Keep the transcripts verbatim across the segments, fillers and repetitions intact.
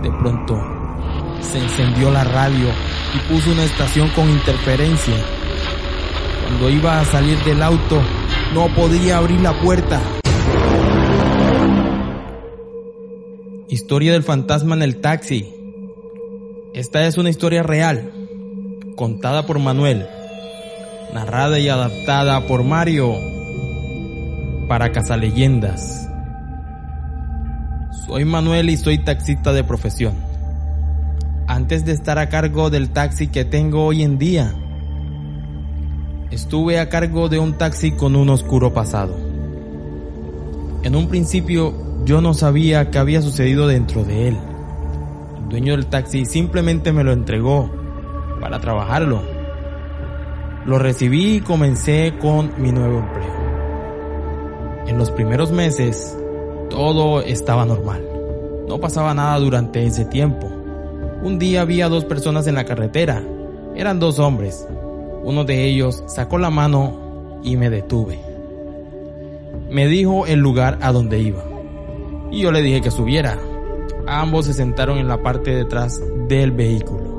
De pronto, se encendió la radio y puso una estación con interferencia. Cuando iba a salir del auto, no podía abrir la puerta. Historia del fantasma en el taxi. Esta es una historia real, contada por Manuel, narrada y adaptada por Mario para Cazaleyendas. Soy Manuel y soy taxista de profesión. Antes de estar a cargo del taxi que tengo hoy en día, estuve a cargo de un taxi con un oscuro pasado. En un principio yo no sabía qué había sucedido dentro de él. El dueño del taxi simplemente me lo entregó para trabajarlo. Lo recibí y comencé con mi nuevo empleo. En los primeros meses todo estaba normal. No pasaba nada durante ese tiempo. Un día había dos personas en la carretera. Eran dos hombres. Uno de ellos sacó la mano y me detuve. Me dijo el lugar a donde iba y yo le dije que subiera. Ambos se sentaron en la parte de atrás del vehículo.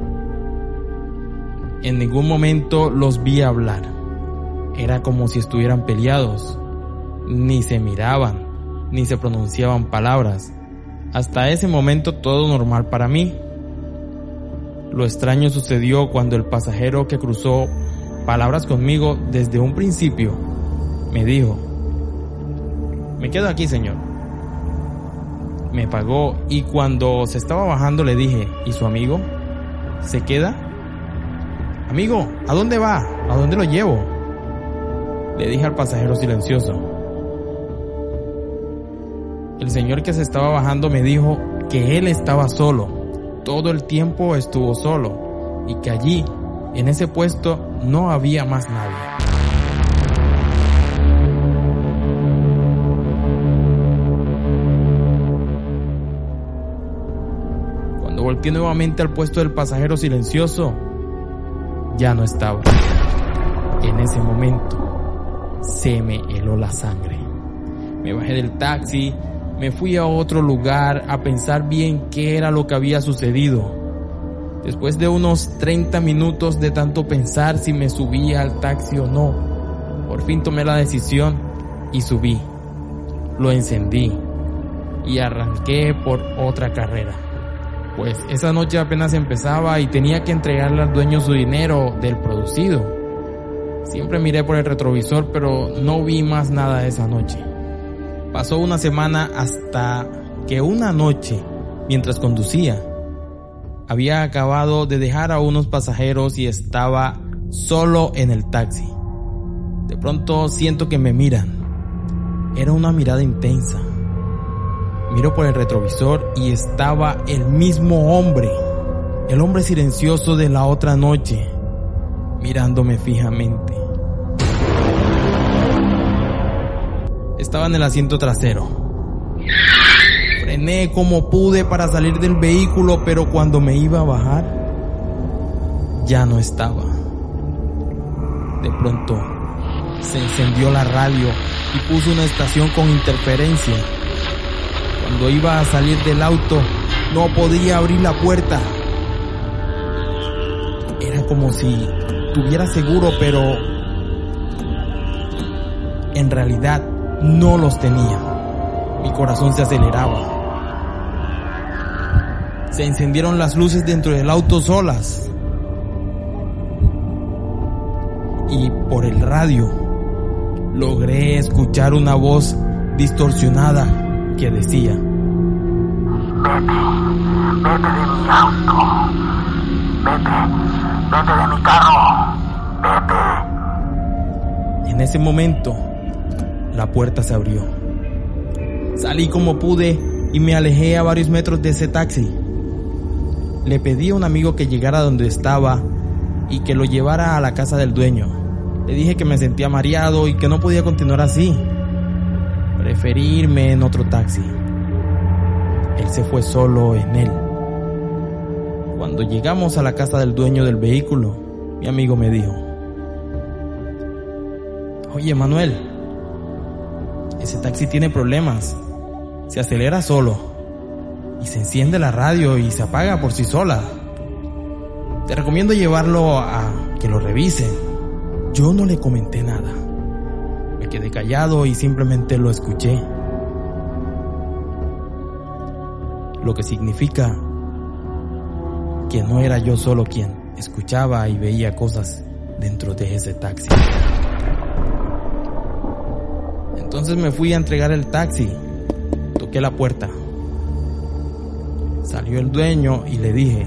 En ningún momento los vi hablar. Era como si estuvieran peleados. Ni se miraban, ni se pronunciaban palabras. Hasta ese momento todo normal para mí. Lo extraño sucedió cuando el pasajero que cruzó palabras conmigo desde un principio me dijo: "Me quedo aquí, señor". Me pagó y cuando se estaba bajando le dije: "¿Y su amigo? ¿Se queda?". "Amigo, ¿a dónde va? ¿A dónde lo llevo?", le dije al pasajero silencioso. El señor que se estaba bajando me dijo que él estaba solo, todo el tiempo estuvo solo y que allí, en ese puesto, no había más nadie. Cuando volteé nuevamente al puesto del pasajero silencioso, ya no estaba. En ese momento, se me heló la sangre. Me bajé del taxi. Me fui a otro lugar a pensar bien qué era lo que había sucedido. Después de unos treinta minutos de tanto pensar si me subía al taxi o no, por fin tomé la decisión y subí. Lo encendí y arranqué por otra carrera. Pues esa noche apenas empezaba y tenía que entregarle al dueño su dinero del producido. Siempre miré por el retrovisor, pero no vi más nada esa noche. Pasó una semana hasta que una noche, mientras conducía, había acabado de dejar a unos pasajeros y estaba solo en el taxi. De pronto siento que me miran. Era una mirada intensa. Miro por el retrovisor y estaba el mismo hombre, el hombre silencioso de la otra noche, mirándome fijamente. Estaba en el asiento trasero. Frené como pude para salir del vehículo, pero cuando me iba a bajar, ya no estaba. De pronto, se encendió la radio y puso una estación con interferencia. Cuando iba a salir del auto, no podía abrir la puerta. Era como si tuviera seguro, pero en realidad no los tenía. Mi corazón se aceleraba. Se encendieron las luces dentro del auto solas. Y por el radio logré escuchar una voz distorsionada que decía: "Vete, vete de mi auto. Vete, vete de mi carro. Vete". En ese momento, la puerta se abrió. Salí como pude y me alejé a varios metros de ese taxi. Le pedí a un amigo que llegara donde estaba y que lo llevara a la casa del dueño. Le dije que me sentía mareado y que no podía continuar así. Preferí irme en otro taxi. Él se fue solo en él. Cuando llegamos a la casa del dueño del vehículo, mi amigo me dijo: "Oye, Manuel, ese taxi tiene problemas. Se acelera solo. y se enciende la radio y se apaga por sí sola. Te recomiendo llevarlo a que lo revise. Yo no le comenté nada. Me quedé callado y simplemente lo escuché. Lo que significa que no era yo solo quien escuchaba y veía cosas dentro de ese taxi. Entonces me fui a entregar el taxi. Toqué la puerta. Salió el dueño y le dije: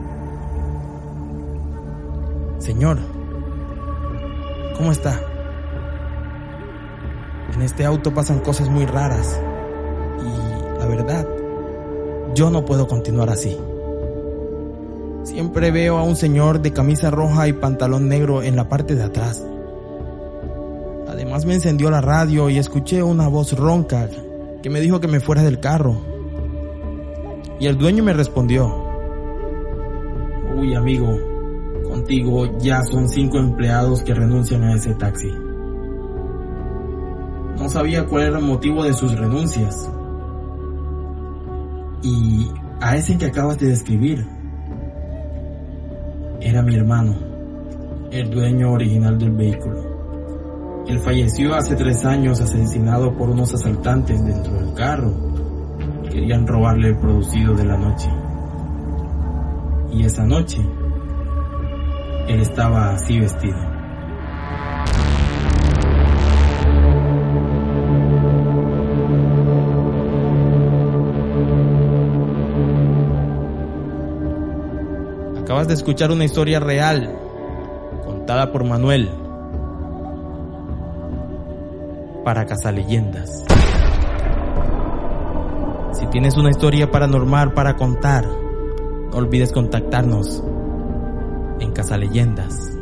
señor, ¿cómo está? En este auto pasan cosas muy raras y la verdad, yo no puedo continuar así. Siempre veo a un señor de camisa roja y pantalón negro en la parte de atrás. Además me encendió la radio y escuché una voz ronca que me dijo que me fuera del carro. Y el dueño me respondió: uy, amigo, contigo ya son cinco empleados que renuncian a ese taxi. No sabía cuál era el motivo de sus renuncias. Y a ese que acabas de describir era mi hermano, el dueño original del vehículo. Él falleció hace tres años asesinado por unos asaltantes dentro del carro. Querían robarle el producido de la noche. Y esa noche, él estaba así vestido. Acabas de escuchar una historia real, contada por Manuel, para Cazaleyendas. Si tienes una historia paranormal para contar, no olvides contactarnos en Cazaleyendas.